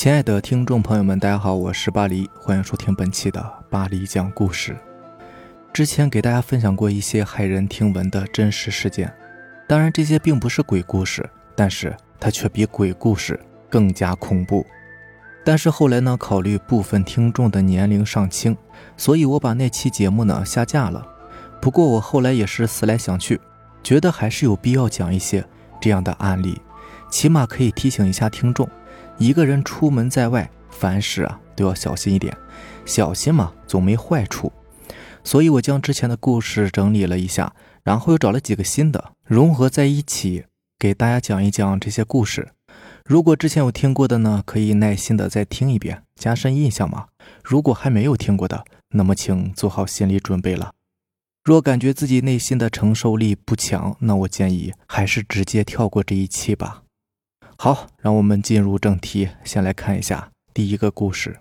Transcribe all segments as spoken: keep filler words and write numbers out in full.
亲爱的听众朋友们，大家好，我是巴黎，欢迎收听本期的巴黎讲故事。之前给大家分享过一些骇人听闻的真实事件，当然这些并不是鬼故事，但是它却比鬼故事更加恐怖。但是后来呢，考虑部分听众的年龄尚轻，所以我把那期节目呢下架了。不过我后来也是思来想去，觉得还是有必要讲一些这样的案例，起码可以提醒一下听众，一个人出门在外，凡事啊都要小心一点，小心嘛总没坏处。所以我将之前的故事整理了一下，然后又找了几个新的融合在一起，给大家讲一讲这些故事。如果之前有听过的呢，可以耐心的再听一遍，加深印象嘛。如果还没有听过的，那么请做好心理准备了。若感觉自己内心的承受力不强，那我建议还是直接跳过这一期吧。好，让我们进入正题，先来看一下第一个故事。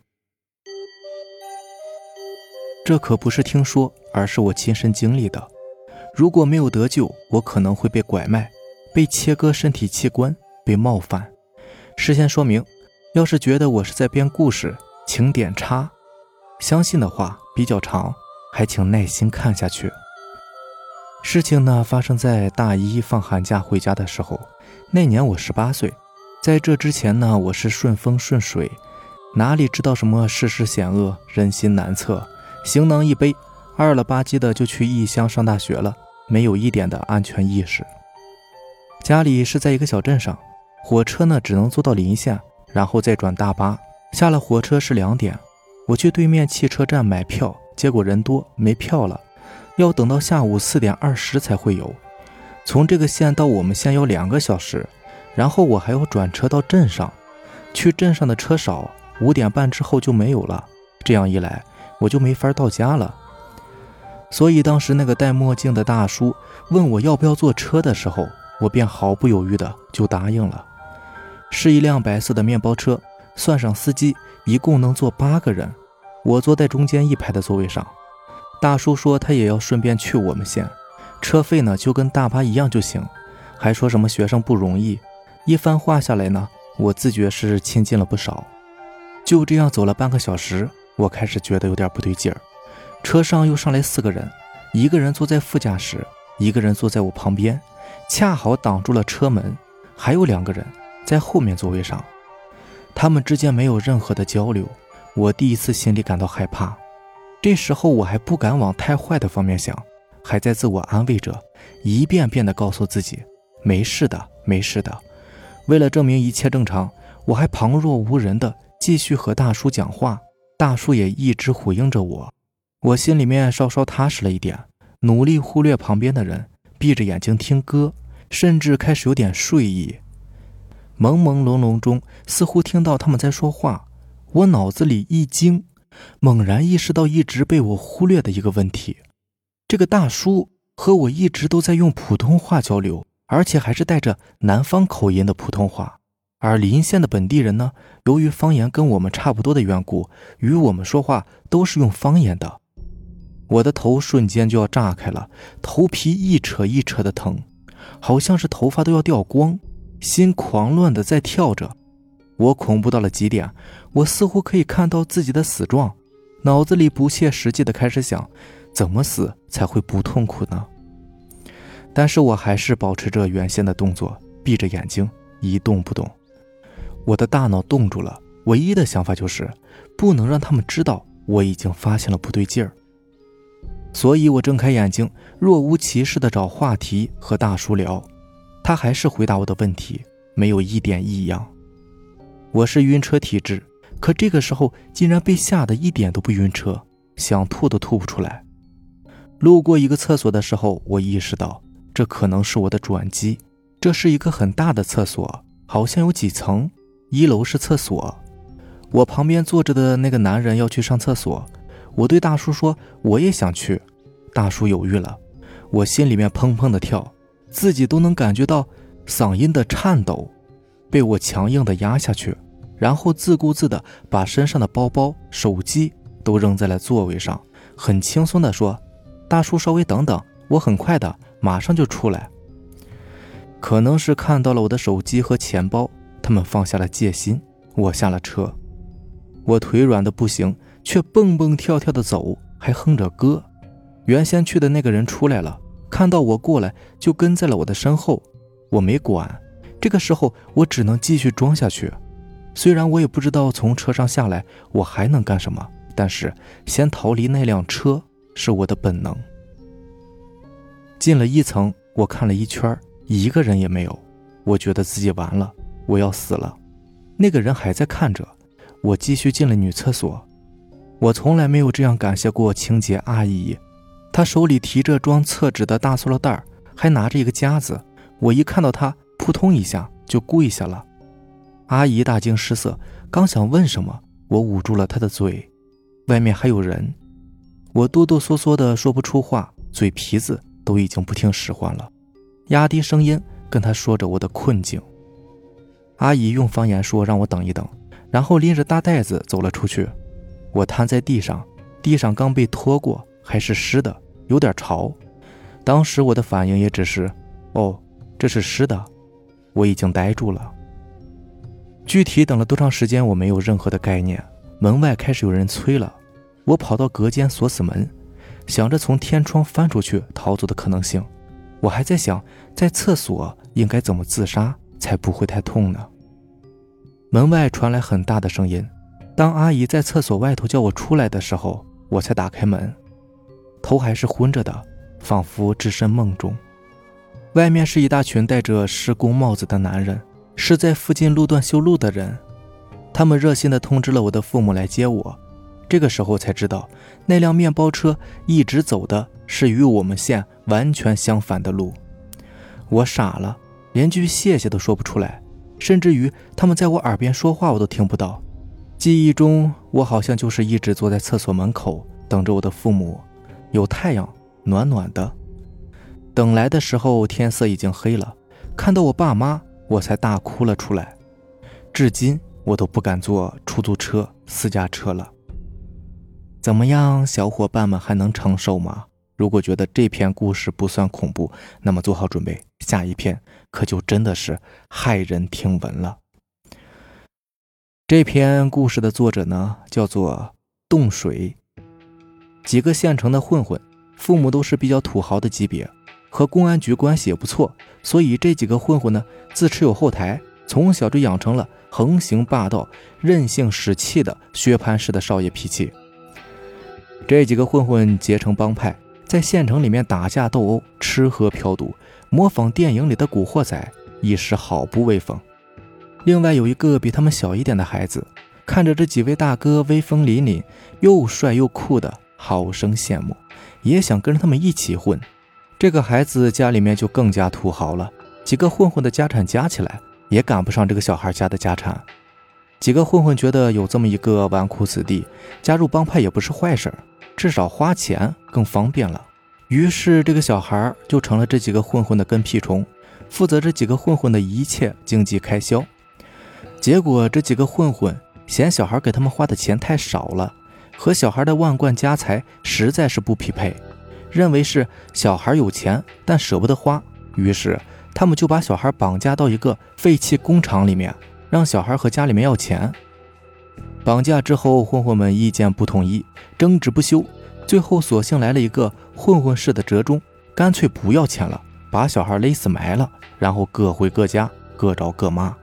这可不是听说，而是我亲身经历的。如果没有得救，我可能会被拐卖，被切割身体器官，被冒犯。事先说明，要是觉得我是在编故事，请点叉。相信的话比较长，还请耐心看下去。事情呢发生在大一放寒假回家的时候，那年我十八岁。在这之前呢，我是顺风顺水，哪里知道什么世事险恶，人心难测，行囊一背，二了吧唧的就去异乡上大学了，没有一点的安全意识。家里是在一个小镇上，火车呢只能坐到临县，然后再转大巴。下了火车是两点，我去对面汽车站买票，结果人多没票了，要等到下午四点二十才会有。从这个县到我们县要两个小时，然后我还要转车到镇上，去镇上的车少，五点半之后就没有了，这样一来我就没法到家了。所以当时那个戴墨镜的大叔问我要不要坐车的时候，我便毫不犹豫的就答应了。是一辆白色的面包车，算上司机一共能坐八个人，我坐在中间一排的座位上。大叔说他也要顺便去我们县，车费呢就跟大巴一样就行，还说什么学生不容易。一番话下来呢，我自觉是亲近了不少。就这样走了半个小时，我开始觉得有点不对劲儿。车上又上来四个人，一个人坐在副驾驶，一个人坐在我旁边，恰好挡住了车门，还有两个人在后面座位上。他们之间没有任何的交流，我第一次心里感到害怕。这时候我还不敢往太坏的方面想，还在自我安慰着，一遍遍地告诉自己没事的没事的。为了证明一切正常，我还旁若无人地继续和大叔讲话，大叔也一直回应着我。我心里面稍稍踏实了一点，努力忽略旁边的人，闭着眼睛听歌，甚至开始有点睡意。朦朦胧胧中似乎听到他们在说话，我脑子里一惊，猛然意识到一直被我忽略的一个问题。这个大叔和我一直都在用普通话交流，而且还是带着南方口音的普通话，而邻县的本地人呢，由于方言跟我们差不多的缘故，与我们说话都是用方言的。我的头瞬间就要炸开了，头皮一扯一扯的疼，好像是头发都要掉光，心狂乱的在跳着。我恐怖到了极点，我似乎可以看到自己的死状，脑子里不切实际的开始想，怎么死才会不痛苦呢？但是我还是保持着原先的动作，闭着眼睛一动不动。我的大脑冻住了，唯一的想法就是不能让他们知道我已经发现了不对劲儿。所以我睁开眼睛，若无其事地找话题和大叔聊，他还是回答我的问题，没有一点异样。我是晕车体质，可这个时候竟然被吓得一点都不晕车，想吐都吐不出来。路过一个厕所的时候，我意识到这可能是我的转机。这是一个很大的厕所，好像有几层，一楼是厕所。我旁边坐着的那个男人要去上厕所，我对大叔说我也想去。大叔犹豫了，我心里面砰砰的跳，自己都能感觉到嗓音的颤抖，被我强硬的压下去，然后自顾自的把身上的包包、手机都扔在了座位上，很轻松的说，大叔稍微等等，我很快的马上就出来。可能是看到了我的手机和钱包，他们放下了戒心， 我下了车，我腿软的不行，却蹦蹦跳跳的走，还哼着歌。原先去的那个人出来了，看到我过来就跟在了我的身后，我没管。这个时候我只能继续装下去，虽然我也不知道从车上下来我还能干什么，但是先逃离那辆车是我的本能。进了一层，我看了一圈，一个人也没有，我觉得自己完了，我要死了。那个人还在看着我，继续进了女厕所。我从来没有这样感谢过清洁阿姨，她手里提着装厕纸的大塑料袋，还拿着一个夹子，我一看到她扑通一下就跪下了。阿姨大惊失色，刚想问什么，我捂住了她的嘴。外面还有人，我哆哆嗦嗦的说不出话，嘴皮子都已经不听使唤了，压低声音跟她说着我的困境。阿姨用方言说让我等一等，然后拎着大袋子走了出去。我瘫在地上，地上刚被拖过，还是湿的，有点潮。当时我的反应也只是，哦，这是湿的。我已经呆住了。具体等了多长时间我没有任何的概念。门外开始有人催了，我跑到隔间锁死门，想着从天窗翻出去逃走的可能性。我还在想，在厕所应该怎么自杀才不会太痛呢。门外传来很大的声音，当阿姨在厕所外头叫我出来的时候，我才打开门，头还是昏着的，仿佛置身梦中。外面是一大群戴着施工帽子的男人，是在附近路段修路的人。他们热心地通知了我的父母来接我。这个时候才知道，那辆面包车一直走的是与我们县完全相反的路。我傻了，连句谢谢都说不出来，甚至于他们在我耳边说话我都听不到。记忆中我好像就是一直坐在厕所门口等着我的父母，有太阳，暖暖的。等来的时候天色已经黑了，看到我爸妈我才大哭了出来。至今我都不敢坐出租车、私家车了。怎么样，小伙伴们还能承受吗？如果觉得这篇故事不算恐怖，那么做好准备，下一篇可就真的是骇人听闻了。这篇故事的作者呢，叫做冻水。几个县城的混混，父母都是比较土豪的级别，和公安局关系也不错，所以这几个混混呢，自持有后台，从小就养成了横行霸道、任性使气的薛蟠式的少爷脾气。这几个混混结成帮派，在县城里面打架斗殴、吃喝嫖赌，模仿电影里的古惑仔，一时好不威风。另外有一个比他们小一点的孩子，看着这几位大哥威风凛凛，又帅又酷的，好生羡慕，也想跟着他们一起混。这个孩子家里面就更加土豪了，几个混混的家产加起来也赶不上这个小孩家的家产。几个混混觉得有这么一个纨绔子弟，加入帮派也不是坏事，至少花钱更方便了。于是这个小孩就成了这几个混混的跟屁虫，负责这几个混混的一切经济开销。结果这几个混混嫌小孩给他们花的钱太少了，和小孩的万贯家财实在是不匹配，认为是小孩有钱但舍不得花，于是他们就把小孩绑架到一个废弃工厂里面，让小孩和家里面要钱。绑架之后，混混们意见不统一，争执不休，最后索性来了一个混混式的折中，干脆不要钱了，把小孩勒死埋了，然后各回各家，各找各妈。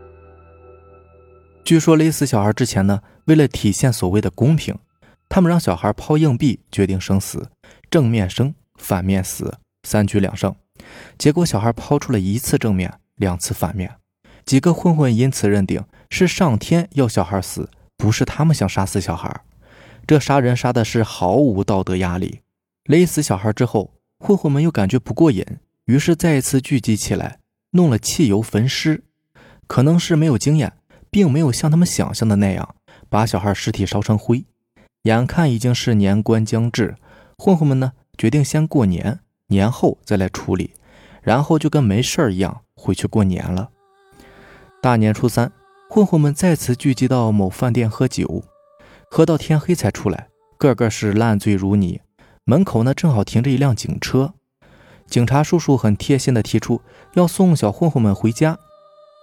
据说勒死小孩之前呢，为了体现所谓的公平，他们让小孩抛硬币决定生死，正面生，反面死，三局两胜。结果小孩抛出了一次正面，两次反面。几个混混因此认定是上天要小孩死，不是他们想杀死小孩。这杀人杀的是毫无道德压力。勒死小孩之后，混混们又感觉不过瘾，于是再一次聚集起来，弄了汽油焚尸。可能是没有经验，并没有像他们想象的那样把小孩尸体烧成灰。眼看已经是年关将至，混混们呢决定先过年，年后再来处理，然后就跟没事儿一样回去过年了。大年初三，混混们再次聚集到某饭店喝酒，喝到天黑才出来，个个是烂醉如泥。门口呢正好停着一辆警车，警察叔叔很贴心地提出要送小混混们回家。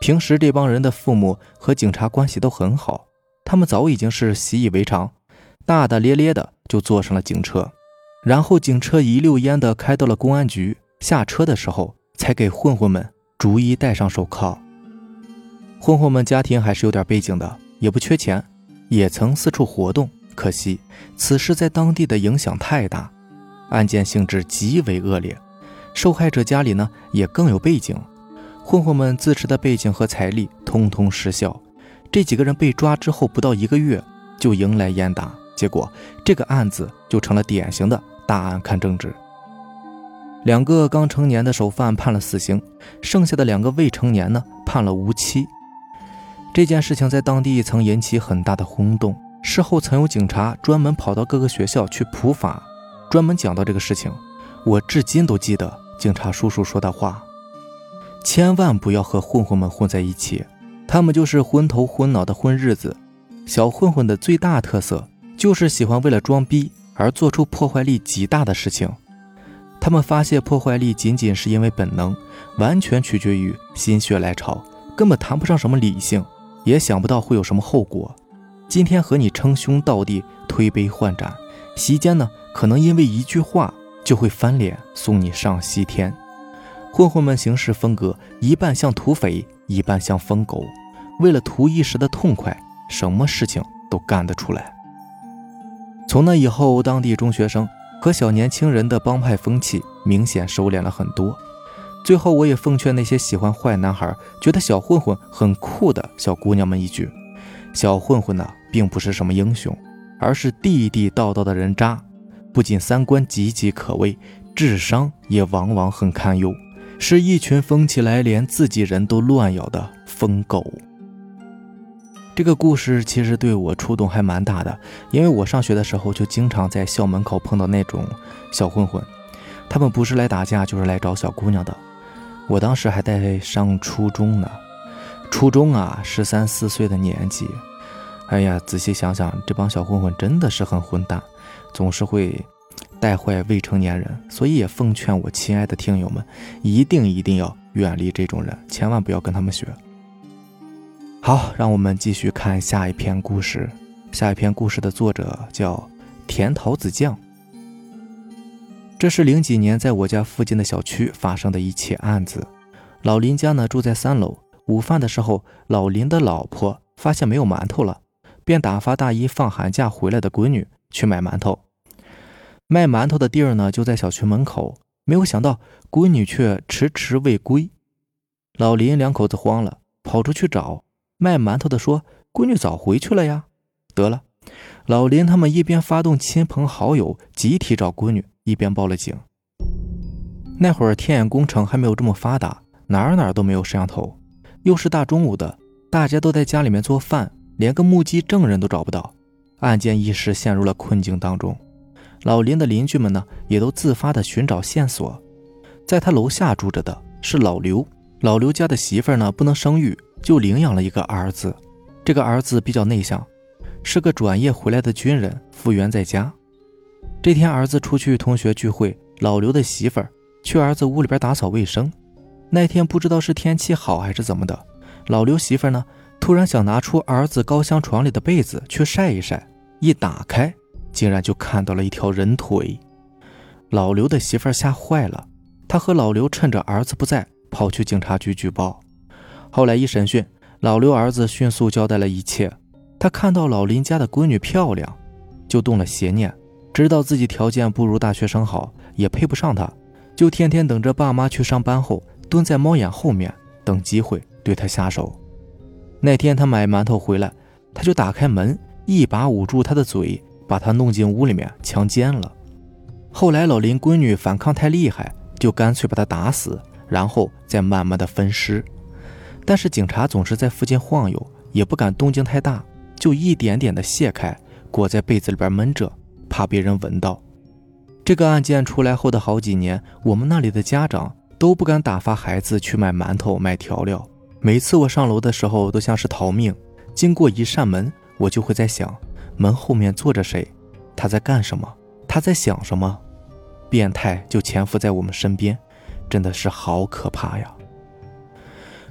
平时这帮人的父母和警察关系都很好，他们早已经是习以为常，大大咧咧的就坐上了警车。然后警车一溜烟的开到了公安局，下车的时候才给混混们逐一戴上手铐。混混们家庭还是有点背景的，也不缺钱，也曾四处活动，可惜此事在当地的影响太大，案件性质极为恶劣，受害者家里呢也更有背景，混混们自持的背景和财力通通失效。这几个人被抓之后不到一个月就迎来严打，结果这个案子就成了典型的大案看政治。两个刚成年的首犯判了死刑，剩下的两个未成年呢判了无期。这件事情在当地曾引起很大的轰动，事后曾有警察专门跑到各个学校去普法，专门讲到这个事情。我至今都记得警察叔叔说的话，千万不要和混混们混在一起，他们就是昏头昏脑的混日子。小混混的最大特色就是喜欢为了装逼而做出破坏力极大的事情，他们发泄破坏力仅仅是因为本能，完全取决于心血来潮，根本谈不上什么理性，也想不到会有什么后果。今天和你称兄道弟，推杯换盏，席间呢可能因为一句话就会翻脸送你上西天。混混们行事风格一半像土匪，一半像疯狗，为了图一时的痛快，什么事情都干得出来。从那以后，当地中学生和小年轻人的帮派风气明显收敛了很多。最后我也奉劝那些喜欢坏男孩，觉得小混混很酷的小姑娘们一句，小混混呢并不是什么英雄，而是地地道道的人渣，不仅三观岌岌可危，智商也往往很堪忧，是一群疯起来连自己人都乱咬的疯狗。这个故事其实对我触动还蛮大的，因为我上学的时候就经常在校门口碰到那种小混混，他们不是来打架就是来找小姑娘的。我当时还在上初中呢，初中啊，十三四岁的年纪，哎呀，仔细想想，这帮小混混真的是很混蛋，总是会带坏未成年人，所以也奉劝我亲爱的听友们，一定一定要远离这种人，千万不要跟他们学。好，让我们继续看下一篇故事。下一篇故事的作者叫甜桃子酱。这是零几年在我家附近的小区发生的一起案子。老林家呢住在三楼，午饭的时候，老林的老婆发现没有馒头了，便打发大一放寒假回来的闺女去买馒头。卖馒头的地儿呢就在小区门口，没有想到闺女却迟迟未归。老林两口子慌了，跑出去找。卖馒头的说，闺女早回去了呀。得了，老林他们一边发动亲朋好友集体找闺女，一边报了警。那会儿天眼工程还没有这么发达，哪儿哪儿都没有摄像头，又是大中午的，大家都在家里面做饭，连个目击证人都找不到，案件一时陷入了困境当中。老林的邻居们呢也都自发的寻找线索。在他楼下住着的是老刘，老刘家的媳妇儿呢不能生育，就领养了一个儿子。这个儿子比较内向，是个转业回来的军人，复员在家。这天儿子出去同学聚会，老刘的媳妇儿去儿子屋里边打扫卫生。那天不知道是天气好还是怎么的，老刘媳妇儿呢突然想拿出儿子高箱床里的被子去晒一晒，一打开竟然就看到了一条人腿。老刘的媳妇儿吓坏了，他和老刘趁着儿子不在跑去警察局举报。后来一审讯，老刘儿子迅速交代了一切。他看到老林家的闺女漂亮，就动了邪念，知道自己条件不如大学生好，也配不上她，就天天等着爸妈去上班后，蹲在猫眼后面等机会对她下手。那天他买馒头回来，他就打开门，一把捂住她的嘴，把她弄进屋里面强奸了。后来老林闺女反抗太厉害，就干脆把她打死，然后再慢慢的分尸。但是警察总是在附近晃悠，也不敢动静太大，就一点点的卸开，裹在被子里边闷着，怕别人闻到。这个案件出来后的好几年，我们那里的家长都不敢打发孩子去买馒头买调料。每次我上楼的时候都像是逃命，经过一扇门，我就会在想，门后面坐着谁，他在干什么，他在想什么。变态就潜伏在我们身边，真的是好可怕呀。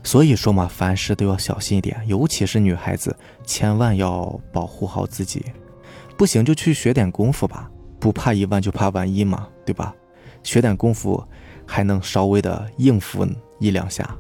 所以说嘛，凡事都要小心一点，尤其是女孩子，千万要保护好自己。不行就去学点功夫吧，不怕一万就怕万一嘛，对吧？学点功夫还能稍微的应付一两下。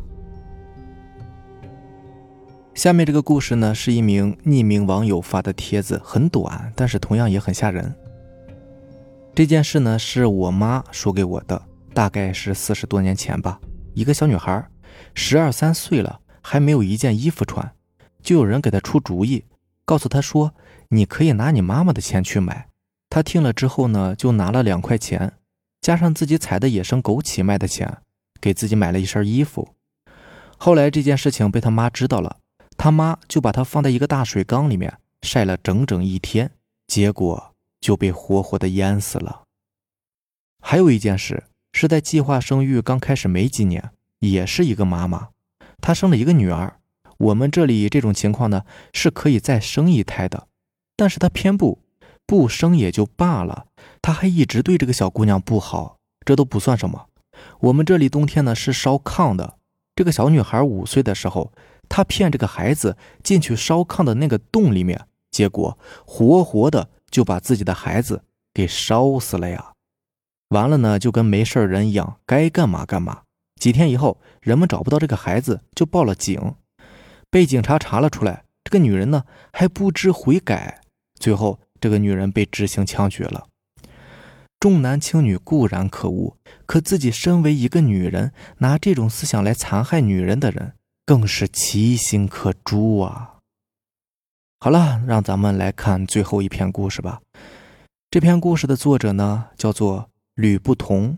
下面这个故事呢，是一名匿名网友发的帖子，很短，但是同样也很吓人。这件事呢，是我妈说给我的，大概是四十多年前吧。一个小女孩，十二三岁了，还没有一件衣服穿，就有人给她出主意，告诉她说，你可以拿你妈妈的钱去买。她听了之后呢，就拿了两块钱，加上自己采的野生枸杞卖的钱，给自己买了一身衣服。后来这件事情被她妈知道了，他妈就把他放在一个大水缸里面晒了整整一天，结果就被活活的淹死了。还有一件事是在计划生育刚开始没几年，也是一个妈妈，她生了一个女儿。我们这里这种情况呢，是可以再生一胎的，但是她偏不不生也就罢了，她还一直对这个小姑娘不好，这都不算什么。我们这里冬天呢是烧炕的，这个小女孩五岁的时候，他骗这个孩子进去烧炕的那个洞里面，结果活活的就把自己的孩子给烧死了呀。完了呢，就跟没事人一样，该干嘛干嘛。几天以后，人们找不到这个孩子，就报了警。被警察查了出来，这个女人呢还不知悔改，最后这个女人被执行枪决了。重男轻女固然可恶，可自己身为一个女人，拿这种思想来残害女人的人，更是其心可诛啊！好了，让咱们来看最后一篇故事吧。这篇故事的作者呢，叫做吕不同。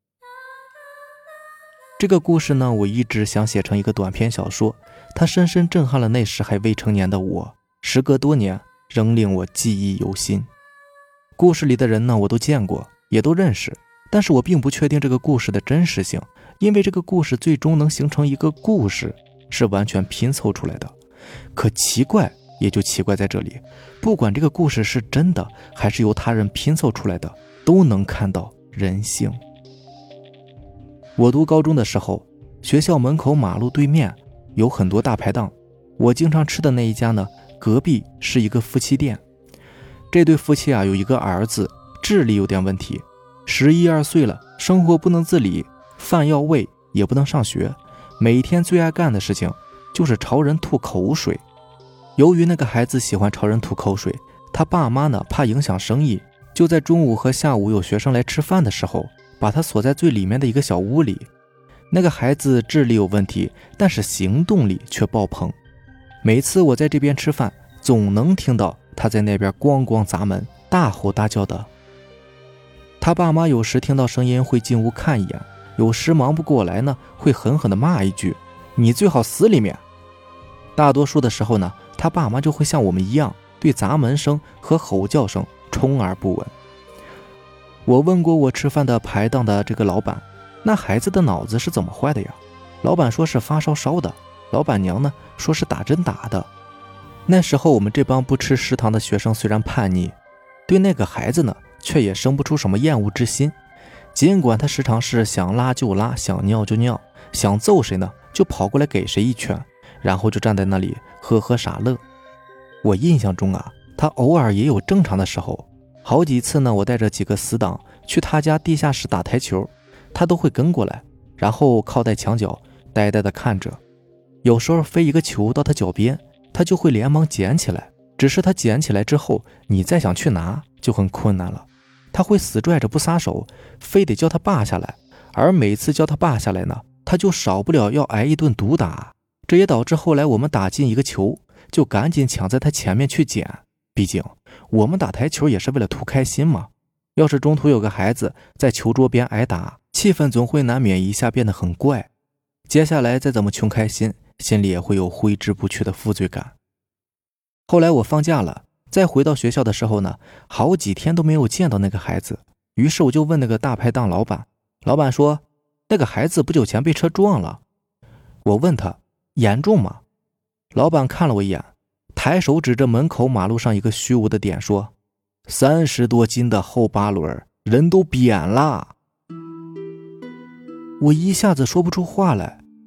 这个故事呢，我一直想写成一个短篇小说，它深深震撼了那时还未成年的我，时隔多年，仍令我记忆犹新。故事里的人呢，我都见过，也都认识，但是我并不确定这个故事的真实性，因为这个故事最终能形成一个故事，是完全拼凑出来的。可奇怪也就奇怪在这里，不管这个故事是真的还是由他人拼凑出来的，都能看到人性。我读高中的时候，学校门口马路对面有很多大排档，我经常吃的那一家呢，隔壁是一个夫妻店。这对夫妻啊，有一个儿子，智力有点问题，十一二岁了，生活不能自理，饭要喂，也不能上学，每天最爱干的事情就是朝人吐口水。由于那个孩子喜欢朝人吐口水，他爸妈呢怕影响生意，就在中午和下午有学生来吃饭的时候，把他锁在最里面的一个小屋里。那个孩子智力有问题，但是行动力却爆棚。每次我在这边吃饭，总能听到他在那边咣咣砸门，大吼大叫的。他爸妈有时听到声音会进屋看一眼，有时忙不过来呢，会狠狠地骂一句，你最好死里面。大多数的时候呢，他爸妈就会像我们一样，对砸门声和吼叫声充耳不闻。我问过我吃饭的排档的这个老板，那孩子的脑子是怎么坏的呀？老板说是发烧烧的，老板娘呢说是打针打的。那时候我们这帮不吃食堂的学生虽然叛逆，对那个孩子呢却也生不出什么厌恶之心。尽管他时常是想拉就拉，想尿就尿，想揍谁呢就跑过来给谁一拳，然后就站在那里呵呵傻乐。我印象中啊，他偶尔也有正常的时候，好几次呢，我带着几个死党去他家地下室打台球，他都会跟过来，然后靠在墙角呆呆地看着。有时候飞一个球到他脚边，他就会连忙捡起来，只是他捡起来之后，你再想去拿就很困难了。他会死拽着不撒手，非得叫他爸下来，而每次叫他爸下来呢，他就少不了要挨一顿毒打。这也导致后来我们打进一个球，就赶紧抢在他前面去捡，毕竟我们打台球也是为了图开心嘛。要是中途有个孩子在球桌边挨打，气氛总会难免一下变得很怪，接下来再怎么穷开心，心里也会有挥之不去的负罪感。后来我放假了，再回到学校的时候呢，好几天都没有见到那个孩子。于是我就问那个大排档老板，老板说那个孩子不久前被车撞了。我问他严重吗？老板看了我一眼，抬手指着门口马路上一个虚无的点说，三十多斤的后八轮，人都扁了。我一下子说不出话来，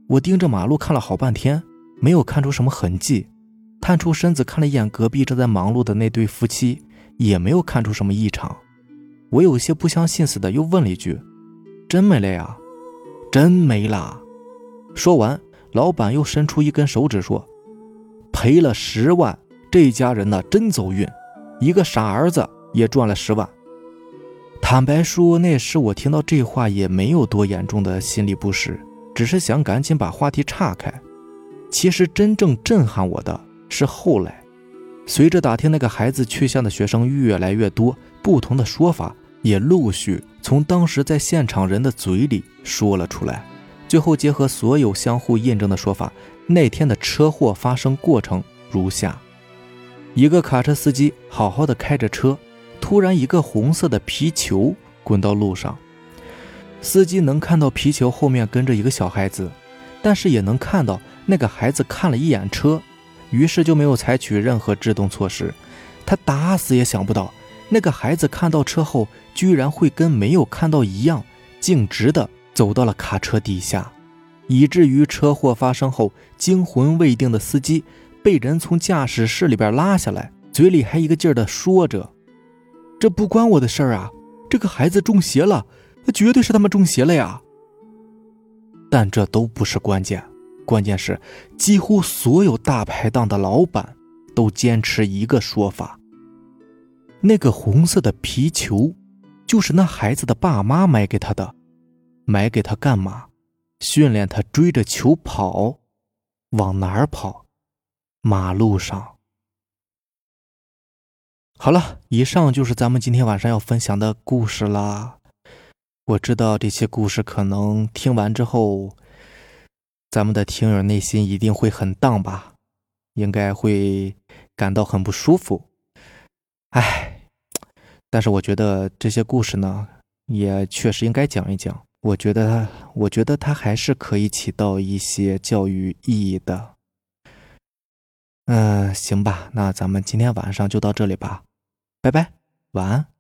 我盯着马路看了好半天，没有看出什么痕迹，探出身子看了一眼隔壁正在忙碌的那对夫妻，也没有看出什么异常。我有些不相信似的又问了一句：真没了呀？真没啦。说完，老板又伸出一根手指说：赔了十万，这家人呢真走运，一个傻儿子也赚了十万。坦白说，那时我听到这话也没有多严重的心理不适，只是想赶紧把话题岔开。其实真正震撼我的是后来，随着打听那个孩子去向的学生越来越多，不同的说法也陆续从当时在现场人的嘴里说了出来，最后结合所有相互印证的说法，那天的车祸发生过程如下：一个卡车司机好好的开着车，突然一个红色的皮球滚到路上，司机能看到皮球后面跟着一个小孩子，但是也能看到那个孩子看了一眼车，于是就没有采取任何制动措施。他打死也想不到，那个孩子看到车后居然会跟没有看到一样，径直的走到了卡车底下，以至于车祸发生后，惊魂未定的司机被人从驾驶室里边拉下来，嘴里还一个劲儿的说着：这不关我的事儿啊，这个孩子中邪了，那绝对是他们中邪了呀。但这都不是关键，关键是几乎所有大排档的老板都坚持一个说法：那个红色的皮球就是那孩子的爸妈买给他的。买给他干嘛？训练他追着球跑。往哪儿跑？马路上。好了，以上就是咱们今天晚上要分享的故事啦。我知道这些故事可能听完之后，咱们的听友内心一定会很荡吧，应该会感到很不舒服。唉，但是我觉得这些故事呢，也确实应该讲一讲。我觉得，我觉得它还是可以起到一些教育意义的。嗯、呃，行吧，那咱们今天晚上就到这里吧，拜拜，晚安。